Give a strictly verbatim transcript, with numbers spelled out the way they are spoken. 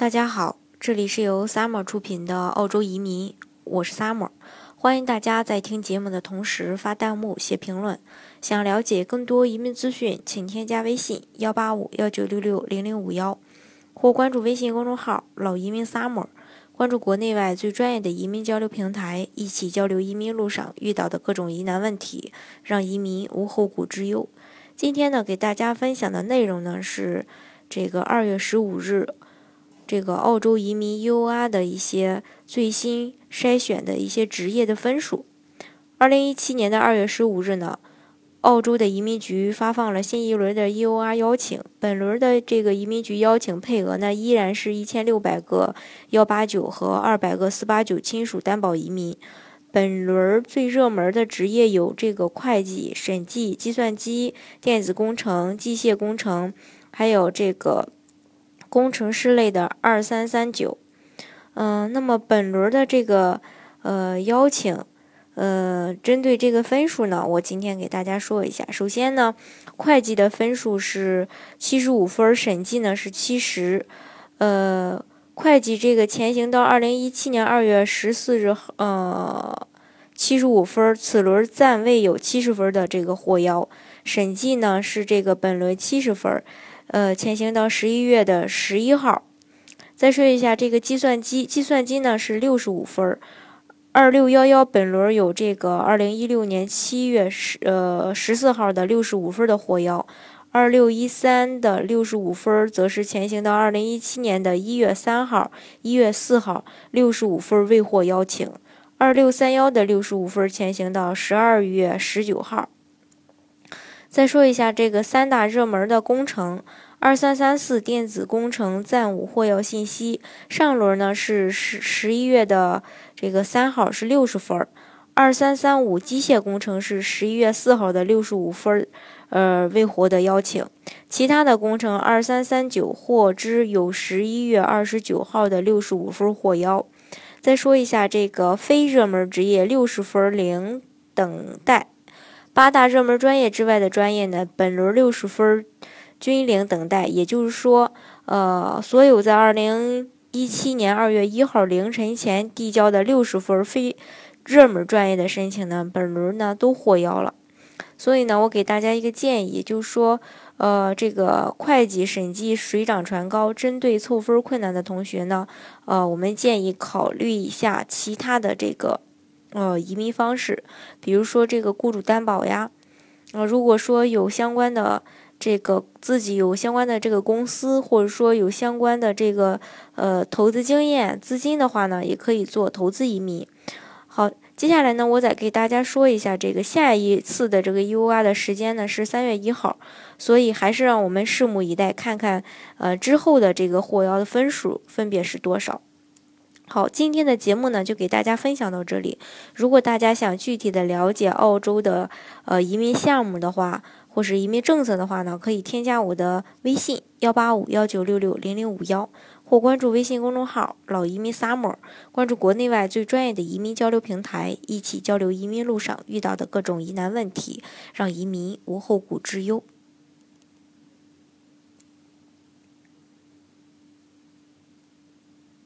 大家好，这里是由 Summer 出品的澳洲移民，我是 Summer， 欢迎大家在听节目的同时发弹幕、写评论。想了解更多移民资讯，请添加微信幺八五幺九六六零零五幺，或关注微信公众号老移民 Summer， 关注国内外最专业的移民交流平台，一起交流移民路上遇到的各种疑难问题，让移民无后顾之忧。今天呢，给大家分享的内容呢是这个二月十五日。这个澳洲移民 U R 的一些最新筛选的一些职业的分数。二零一七年的二月十五日呢，澳洲的移民局发放了新一轮的 U R 邀请。本轮的这个移民局邀请配额呢，依然是一千六百个一八九和二百个四八九亲属担保移民。本轮最热门的职业有这个会计、审计、计算机、电子工程、机械工程，还有这个工程师类的二三三九。嗯，那么本轮的这个呃邀请，呃，针对这个分数呢，我今天给大家说一下。首先呢，会计的分数是七十五分，审计呢是七十。呃，会计这个前行到二零一七年二月十四日，呃，七十五分，此轮暂未有七十分的这个获邀。审计呢是这个本轮七十分。呃，前行到十一月的十一号。再说一下这个计算机，计算机呢是六十五分。二六一一本轮有这个二零一六年七月十呃十四号的六十五分的获邀。二六一三的六十五分则是前行到二零一七年的一月三号、一月四号，六十五分未获邀请。二六三一的六十五分前行到十二月十九号。再说一下这个三大热门的工程，二三三四电子工程暂无获邀信息。上轮呢是十十一月的这个三号是六十分，二三三五机械工程是十一月四号的六十五分，呃未获得邀请。其他的工程二三三九获知有十一月二十九号的六十五分获邀。再说一下这个非热门职业六十分零等待。八大热门专业之外的专业呢，本轮六十分均零等待。也就是说，呃，所有在二零一七年二月一号凌晨前递交的六十分非热门专业的申请呢，本轮呢都获邀了。所以呢，我给大家一个建议，就是说，呃，这个会计、审计水涨船高，针对凑分困难的同学呢，呃，我们建议考虑一下其他的这个。呃，移民方式，比如说这个雇主担保呀，呃，如果说有相关的这个自己有相关的这个公司，或者说有相关的这个呃投资经验、资金的话呢，也可以做投资移民。好，接下来呢，我再给大家说一下这个下一次的这个 U R 的时间呢是三月一号，所以还是让我们拭目以待，看看呃之后的这个获邀的分数分别是多少。好，今天的节目呢就给大家分享到这里。如果大家想具体的了解澳洲的呃移民项目的话，或是移民政策的话呢，可以添加我的微信幺八五幺九六六零零五幺，或关注微信公众号老移民 Summer， 关注国内外最专业的移民交流平台，一起交流移民路上遇到的各种疑难问题，让移民无后顾之忧。